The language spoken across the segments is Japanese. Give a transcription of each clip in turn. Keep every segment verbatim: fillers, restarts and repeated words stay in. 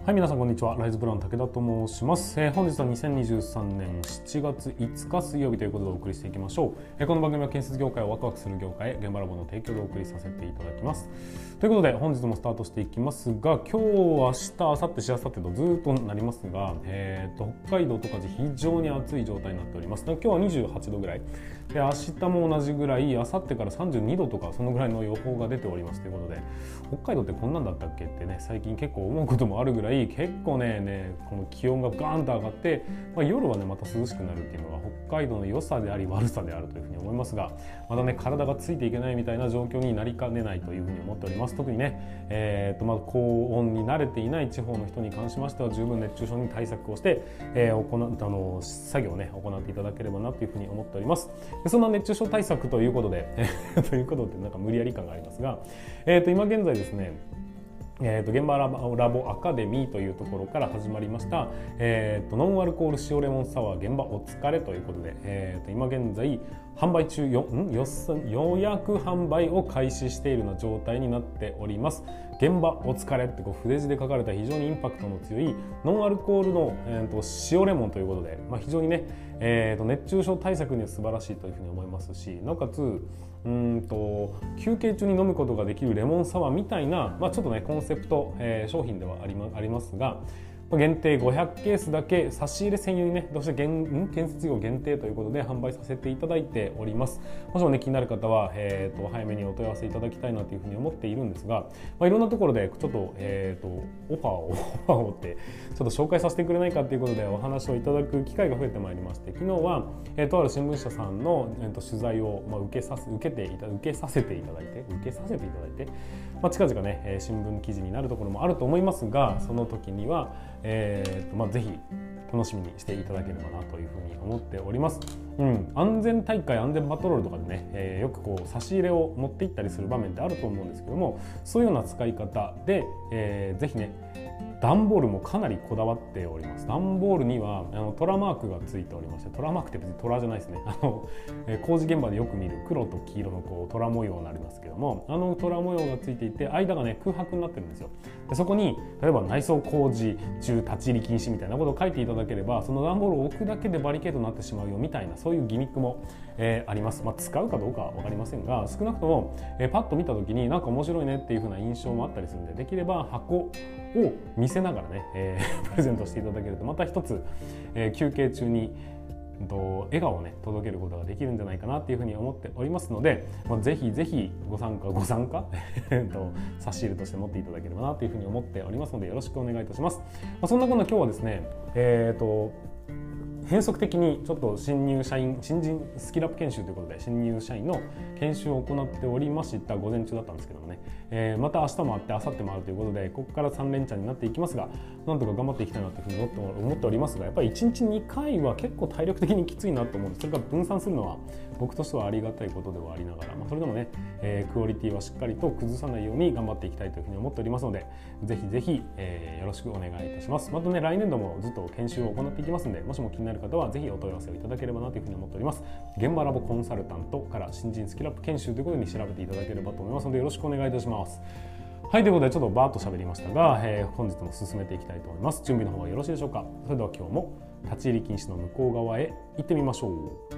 はい、皆さんこんにちは。ライズプラン武田と申します。えー、本日はにせんにじゅうさんねんしちがついつか水曜日ということでお送りしていきましょう。えー、この番組は建設業界をワクワクする業界へ現場ラボの提供でお送りさせていただきます。ということで本日もスタートしていきますが、今日、明日、明後日、しあさってとずっとなりますが、えー、と北海道とかで非常に暑い状態になっております。今日はにじゅうはちどぐらいで、明日も同じぐらい、明後日からさんじゅうにどとかそのぐらいの予報が出ておりますということで、北海道ってこんなんだったっけってね、最近結構思うこともあるぐらい、結構ねねこの気温がガーンと上がって、まあ、夜はねまた涼しくなるっていうのが北海道の良さであり悪さであるというふうに思いますが、まだね体がついていけないみたいな状況になりかねないというふうに思っております。特にね、えーとまあ、高温に慣れていない地方の人に関しましては十分熱中症に対策をして、えー、行あの作業をね行っていただければなというふうに思っております。でそんな熱中症対策ということでということでなんか無理やり感がありますが、えーと今現在ですね、えー、と現場ラボ、ラボアカデミーというところから始まりました、えー、とノンアルコール塩レモンサワー現場お疲れということで、えー、と今現在販売中よんよ予約販売を開始しているような状態になっております。現場お疲れってこう筆字で書かれた非常にインパクトの強いノンアルコールの、えー、と塩レモンということで、まあ、非常にね、えー、と熱中症対策には素晴らしいというふうに思いますし、なおかつうんと休憩中に飲むことができるレモンサワーみたいな、まあ、ちょっとねコンセプト、えー、商品ではありま、ありますが、限定ごひゃくケースだけ差し入れ専用にねどうして建設業限定ということで販売させていただいております。もしもね気になる方は、えー、と早めにお問い合わせいただきたいなというふうに思っているんですが、まあ、いろんなところでちょっと,、えー、とオファーをオファーをってちょっと紹介させてくれないかということでお話をいただく機会が増えてまいりまして、昨日は、えー、とある新聞社さんの、えー、と取材を、まあ、受けさせ受けていた受けさせていただいて受けさせていただいて、まあ、近々ね新聞記事になるところもあると思いますが、その時には、えーとまあ、ぜひ楽しみにしていただければなというふうに思っております。うん、安全大会安全パトロールとかでね、えー、よくこう差し入れを持って行ったりする場面ってあると思うんですけども、そういうような使い方で、えー、ぜひね段ボールもかなりこだわっております。段ボールにはあのトラマークがついておりまして、トラマークって別にトラじゃないですね、あの、えー、工事現場でよく見る黒と黄色のこうトラ模様になりますけども、あのトラ模様がついていて間がね空白になってるんですよ。でそこに例えば内装工事中立ち入り禁止みたいなことを書いていただければ、その段ボールを置くだけでバリケードになってしまうよみたいな、そういうギミックも、えー、あります。まあ、使うかどうかは分かりませんが、少なくとも、えー、パッと見た時になんか面白いねっていう風な印象もあったりするので、できれば箱を見せながらね、えー、プレゼントしていただけるとまた一つ、えー、休憩中に笑顔をね届けることができるんじゃないかなっていうふうに思っておりますので、まあ、ぜひぜひご参加ご参加差し入れとして持っていただければなというふうに思っておりますので、よろしくお願いいたします。まあ、そんなこんな今日はですね、えーと変則的にちょっと新入社員新人スキルアップ研修ということで新入社員の研修を行っておりました午前中だったんですけどもね、えー、また明日もあって明後日もあるということで、ここからさん連チャンになっていきますが、なんとか頑張っていきたいなというふうに思って思っておりますが、やっぱりいちにちにかいは結構体力的にきついなと思うんです。それから分散するのは僕としてはありがたいことではありながら、まあ、それでもね、えー、クオリティはしっかりと崩さないように頑張っていきたいというふうに思っておりますので、ぜひぜひ、えー、よろしくお願いいたします。またね来年度もずっと研修を行っていきますので、もしも気になる方はぜひお問い合わせをいただければなというふうに思っております。現場ラボコンサルタントから新人スキルアップ研修ということに調べていただければと思いますので、よろしくお願いいたします。はい、ということでちょっとバーッと喋りましたが、えー、本日も進めていきたいと思います。準備の方はよろしいでしょうか。それでは今日も立ち入り禁止の向こう側へ行ってみましょう。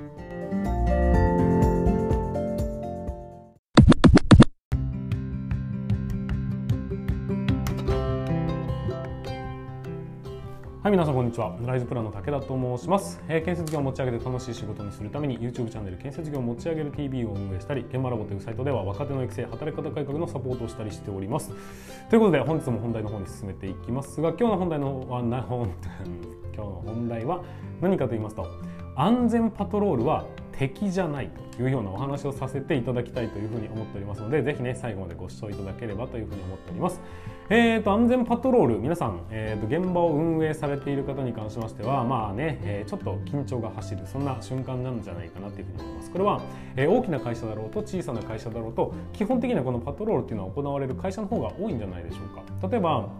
はい、皆さんこんにちは。ライズプランの武田と申します。えー、建設業を持ち上げて楽しい仕事にするために YouTube チャンネル建設業を持ち上げる ティービー を運営したり、現場ラボというサイトでは若手の育成、働き方改革のサポートをしたりしております。ということで本日も本題の方に進めていきますが、今日の本題のはな今日の本題は何かと言いますと、安全パトロールは敵じゃないというようなお話をさせていただきたいというふうに思っておりますので、ぜひね最後までご視聴いただければというふうに思っております。えーと安全パトロール、皆さん、えーと現場を運営されている方に関しましてはまあね、えー、ちょっと緊張が走るそんな瞬間なんじゃないかなというふうに思います。これは、えー、大きな会社だろうと小さな会社だろうと基本的にはこのパトロールっていうのは行われる会社の方が多いんじゃないでしょうか。例えば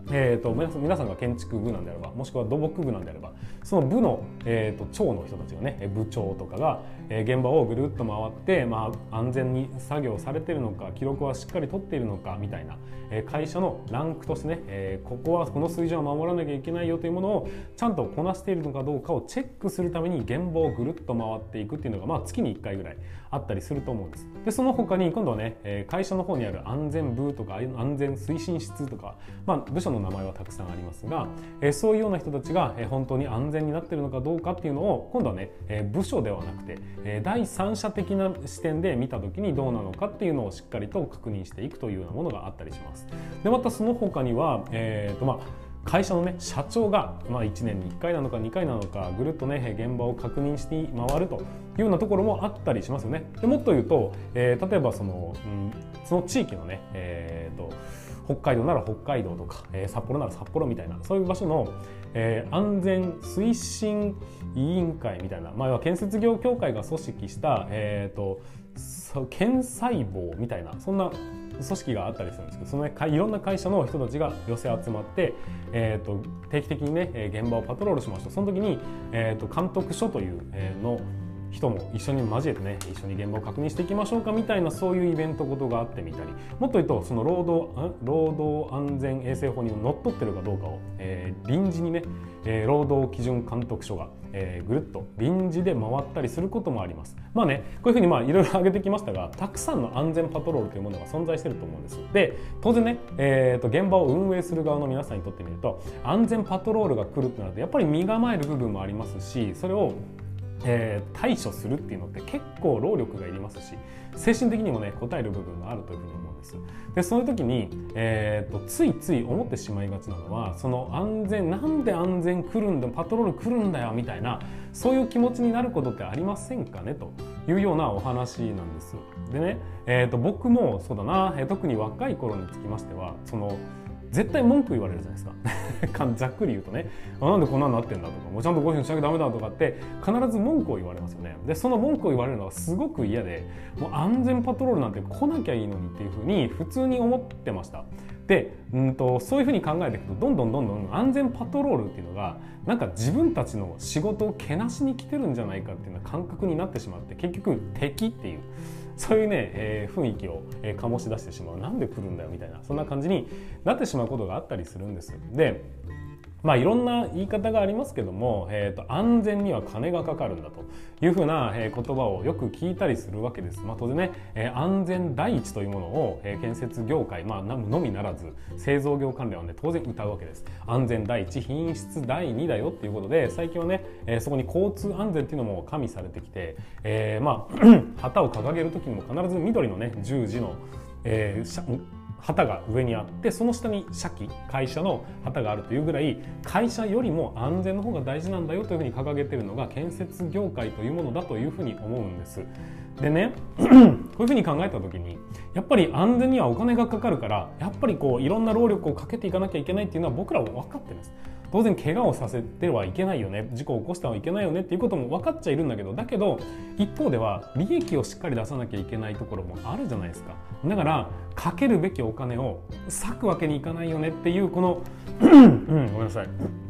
えー、と皆さん皆さんが建築部なんであれば、もしくは土木部なんであれば、その部の、えー、と長の人たちがね、部長とかが、えー、現場をぐるっと回って、まあ、安全に作業されているのか、記録はしっかり取っているのかみたいな、えー、会社のランクとしてね、えー、ここはこの水準を守らなきゃいけないよというものをちゃんとこなしているのかどうかをチェックするために現場をぐるっと回っていくっていうのが、まあ、月にいっかいぐらいあったりすると思うんです。でその他に今度はね、えー、会社の方にある安全部とか安全推進室とか、まあ、部署の名前はたくさんありますが、えー、そういうような人たちが、えー、本当に安全になっているのかどうかっていうのを今度はね、えー、部署ではなくて、えー、第三者的な視点で見た時にどうなのかっていうのをしっかりと確認していくというようなものがあったりします。でまたその他には、えーとまあ会社のね社長が、まあ、いちねんにいっかいなのかにかいなのかぐるっとね現場を確認して回るというようなところもあったりしますよね。でもっと言うと、えー、例えばその、うん、その地域のね、えーと北海道なら北海道とか、えー、札幌なら札幌みたいなそういう場所の、えー、安全推進委員会みたいな、まあ、建設業協会が組織した、えーと県細胞みたいなそんな組織があったりするんですけど、その、ね、いろんな会社の人たちが寄せ集まって、えー、と定期的にね現場をパトロールしました。その時に、えー、と監督署という、えー、の人も一緒に交えてね一緒に現場を確認していきましょうかみたいなそういうイベントことがあってみたり、もっと言うとその労働労働安全衛生法にのっとってるかどうかを、えー、臨時にね、えー、労働基準監督署が、えー、ぐるっと臨時で回ったりすることもあります。まあねこういうふうにまあいろいろ挙げてきましたが、たくさんの安全パトロールというものが存在していると思うんです。で当然ね、えー、と現場を運営する側の皆さんにとってみると安全パトロールが来るとなるとやっぱり身構える部分もありますし、それをえー、対処するっていうのって結構労力がいりますし、精神的にもね応える部分があるというふうに思うんです。でそういう時に、えー、とついつい思ってしまいがちなのは、その安全なんで安全来るんだパトロール来るんだよみたいなそういう気持ちになることってありませんかねというようなお話なんです。でね、えー、と僕もそうだな、えー、特に若い頃につきましてはその絶対文句言われるじゃないですかざっくり言うとね、あなんでこんなになってんだとか、もうちゃんとこういうふうにしなきゃダメだとかって必ず文句を言われますよね。でその文句を言われるのがすごく嫌で、もう安全パトロールなんて来なきゃいいのにっていうふうに普通に思ってました。で、うんとそういうふうに考えていくとどんどんどんどん安全パトロールっていうのがなんか自分たちの仕事をけなしに来てるんじゃないかっていうような感覚になってしまって、結局敵っていうそういうね、えー、雰囲気を、えー、醸し出してしまう。なんで来るんだよみたいなそんな感じになってしまうことがあったりするんです。でまあいろんな言い方がありますけども、えーと安全には金がかかるんだというふうな、えー、言葉をよく聞いたりするわけです。まあ当然ね、えー、安全第一というものを、えー、建設業界、まあのみならず製造業関連はね当然歌うわけです。安全第一、品質第二だよっていうことで、最近はね、えー、そこに交通安全っていうのも加味されてきて、えー、まあ旗を掲げる時にも必ず緑のね十字の、えー旗が上にあって、その下に社記会社の旗があるというぐらい会社よりも安全の方が大事なんだよというふうに掲げているのが建設業界というものだというふうに思うんです。でねこういうふうに考えた時にやっぱり安全にはお金がかかるから、やっぱりこういろんな労力をかけていかなきゃいけないっていうのは僕らは分かってるんです。当然怪我をさせてはいけないよね、事故を起こしてはいけないよねっていうことも分かっちゃいるんだけど、だけど一方では利益をしっかり出さなきゃいけないところもあるじゃないですか。だからかけるべきお金を割くわけにいかないよねっていうこのうん、ごめんなさい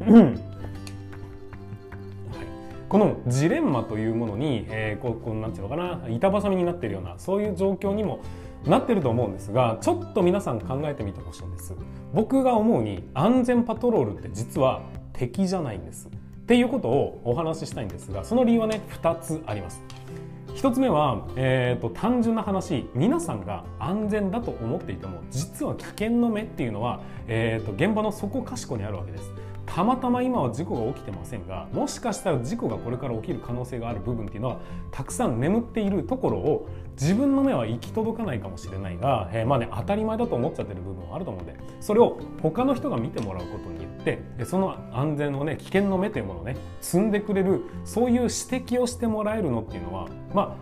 このジレンマというものに、えー、こうこうなんていうのかな、板挟みになっているようなそういう状況にもなってると思うんですが、ちょっと皆さん考えてみてほしいんです。僕が思うに安全パトロールって実は敵じゃないんですっていうことをお話ししたいんですが、その理由はねふたつあります。ひとつめは、えー、と単純な話、皆さんが安全だと思っていても実は危険の目っていうのは、えー、と現場の底かしこにあるわけです。たまたま今は事故が起きてませんが、もしかしたら事故がこれから起きる可能性がある部分っていうのはたくさん眠っているところを自分の目は行き届かないかもしれないが、えー、まあね当たり前だと思っちゃってる部分はあると思うんで、それを他の人が見てもらうことによってその安全のね危険の目というものをね積んでくれる、そういう指摘をしてもらえるのっていうのはまあ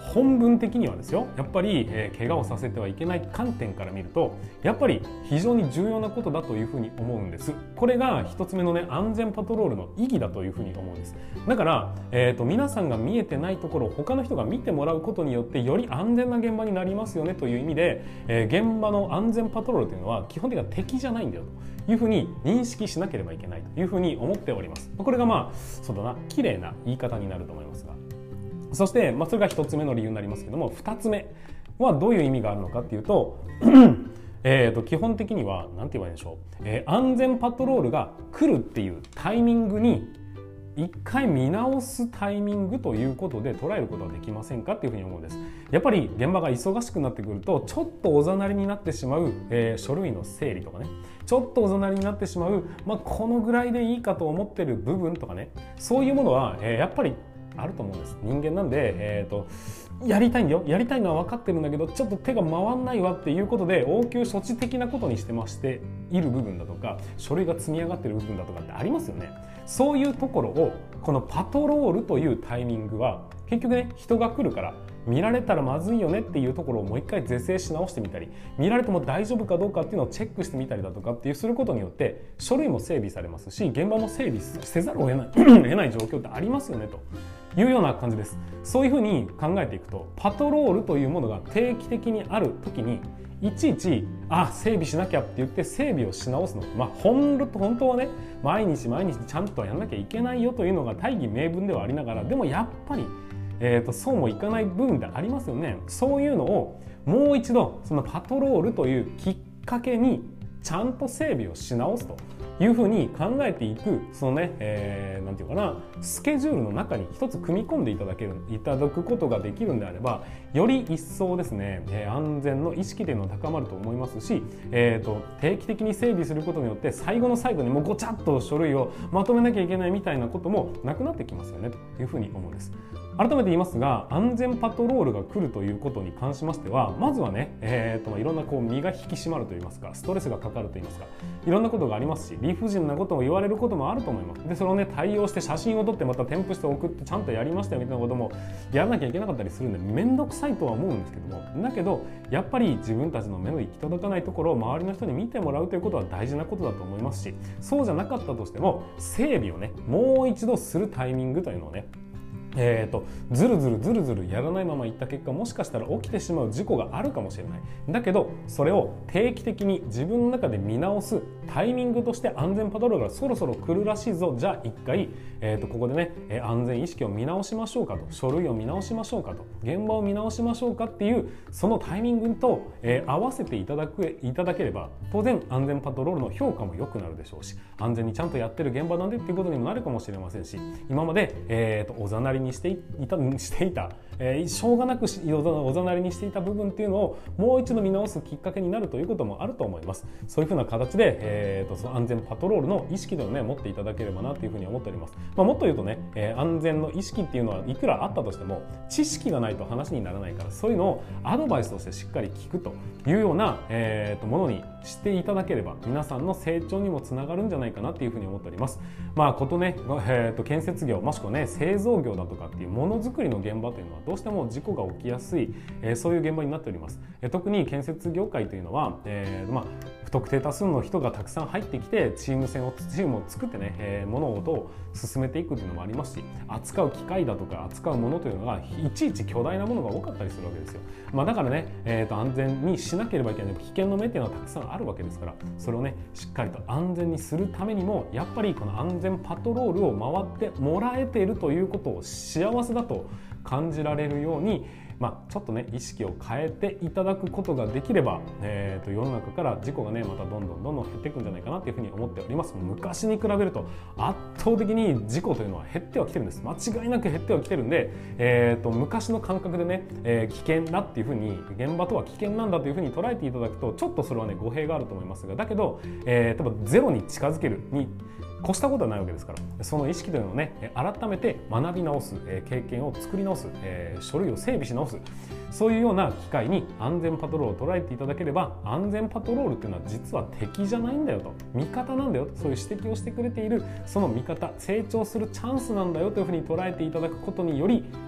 本文的にはですよ、やっぱり、えー、怪我をさせてはいけない観点から見るとやっぱり非常に重要なことだというふうに思うんです。これが一つ目のね安全パトロールの意義だというふうに思うんです。だから、えーと、皆さんが見えてないところを他の人が見てもらうことによってより安全な現場になりますよねという意味で、えー、現場の安全パトロールというのは基本的には敵じゃないんだよというふうに認識しなければいけないというふうに思っております。これがまあそうだな綺麗な言い方になると思いますが、そして、まあ、それが一つ目の理由になりますけども、二つ目はどういう意味があるのかっていうとえと基本的には何て言えばいいんでしょう、えー、安全パトロールが来るっていうタイミングに一回見直すタイミングということで捉えることはできませんかっていうふうに思うんです。やっぱり現場が忙しくなってくるとちょっとおざなりになってしまう、えー、書類の整理とかね、ちょっとおざなりになってしまう、まあ、このぐらいでいいかと思ってる部分とかね、そういうものは、えー、やっぱりあると思うんです。人間なんで、えーと、やりたいんだよ、やりたいのは分かってるんだけどちょっと手が回んないわっていうことで応急処置的なことにしてましている部分だとか、書類が積み上がってる部分だとかってありますよね。そういうところをこのパトロールというタイミングは結局ね、人が来るから見られたらまずいよねっていうところをもう一回是正し直してみたり、見られても大丈夫かどうかっていうのをチェックしてみたりだとかっていうすることによって書類も整備されますし、現場も整備せざるを得ない得ない状況ってありますよねというような感じです。そういうふうに考えていくと、パトロールというものが定期的にある時にいちいちあ整備しなきゃって言って整備をし直すの、まあ本当はね毎日毎日ちゃんとやらなきゃいけないよというのが大義名分ではありながら、でもやっぱりえーとそうもいかない部分でありますよね。そういうのをもう一度そのパトロールというきっかけにちゃんと整備をし直すというふうに考えていく、そのね、えー、なんていうかな、スケジュールの中に一つ組み込んでいただけるいただくことができるんであれば、より一層ですね、えー、安全の意識というのは高まると思いますし、えーと定期的に整備することによって最後の最後にもうごちゃっと書類をまとめなきゃいけないみたいなこともなくなってきますよねというふうに思うんです。改めて言いますが、安全パトロールが来るということに関しましては、まずはね、えー、といろんなこう身が引き締まるといいますか、ストレスがかかるといいますか、いろんなことがありますし、理不尽なことを言われることもあると思います。でそれをね対応して写真を撮ってまた添付して送ってちゃんとやりましたよみたいなこともやらなきゃいけなかったりするんで面倒くさいとは思うんですけども、だけどやっぱり自分たちの目の行き届かないところを周りの人に見てもらうということは大事なことだと思いますし、そうじゃなかったとしても整備をねもう一度するタイミングというのをねえーとずるずるずるずるやらないままいった結果、もしかしたら起きてしまう事故があるかもしれない。だけどそれを定期的に自分の中で見直すタイミングとして安全パトロールがそろそろ来るらしいぞ、じゃあ一回、えーとここでね安全意識を見直しましょうかと、書類を見直しましょうかと、現場を見直しましょうかっていうそのタイミングと、えー、合わせていただくいただければ、当然安全パトロールの評価も良くなるでしょうし、安全にちゃんとやってる現場なんでっていうことにもなるかもしれませんし、今まで、えーとおざなりにしていたしていた、えー、しょうがなくおざなりにしていた部分っていうのをもう一度見直すきっかけになるということもあると思います。そういうふうな形で、えーと、その安全パトロールの意識でをね持っていただければなというふうに思っております。まあ、もっと言うとね、えー、安全の意識っていうのはいくらあったとしても知識がないと話にならないから、そういうのをアドバイスとしてしっかり聞くというような、えーと、ものにしていただければ皆さんの成長にもつながるんじゃないかなというふうに思っております。まあことね、えーと、建設業もしくはね製造業だとかっていうものづくりの現場というのはどうしても事故が起きやすい、えー、そういう現場になっております。えー、特に建設業界というのは、えーまあ、不特定多数の人がたくさん入ってきてチーム戦をチームを作ってね、えー、物事を進めていくというのもありますし、扱う機械だとか扱うものというのがいちいち巨大なものが多かったりするわけですよ。まあ、だからね、えー、と安全にしなければいけない危険の目っていうのはたくさんあるわけですから、それをねしっかりと安全にするためにもやっぱりこの安全パトロールを回ってもらえているということを幸せだと感じられるように、まあ、ちょっとね意識を変えていただくことができれば、えー、と世の中から事故がねまたどんどんどんどん減っていくんじゃないかなというふうに思っております。昔に比べると圧倒的に事故というのは減ってはきてるんです。間違いなく減ってはきてるんで、えー、と昔の感覚でね、えー、危険だっていうふうに現場とは危険なんだというふうに捉えていただくとちょっとそれはね語弊があると思いますが、だけど、えー、多分ゼロに近づけるに越したことはないわけですから、その意識というのをね改めて学び直す、えー、経験を作り直す、えー、書類を整備し直す、そういうような機会に安全パトロールを捉えていただければ、安全パトロールっていうのは実は敵じゃないんだよと、味方なんだよ、そういう指摘をしてくれているその味方、成長するチャンスなんだよというふうに捉えていただくことにより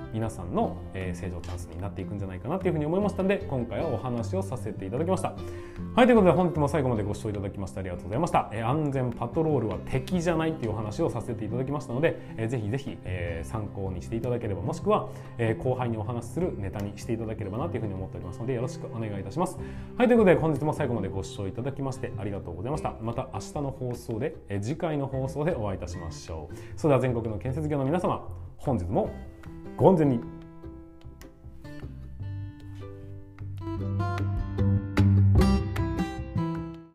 皆さんの、えー、成長チャンスになっていくんじゃないかなというふうに思いましたので、今回はお話をさせていただきました。はい、ということで本日も最後までご視聴いただきましてありがとうございました。えー、安全パトロールは敵じゃないというお話をさせていただきましたので、えー、ぜひぜひ、えー、参考にしていただければ、もしくは、えー、後輩にお話しするネタにしていただければなというふうに思っておりますので、よろしくお願いいたします。はい、ということで本日も最後までご視聴いただきましてありがとうございました。また明日の放送で、えー、次回の放送でお会いいたしましょう。それでは全国の建設業の皆様、本日もご安全に。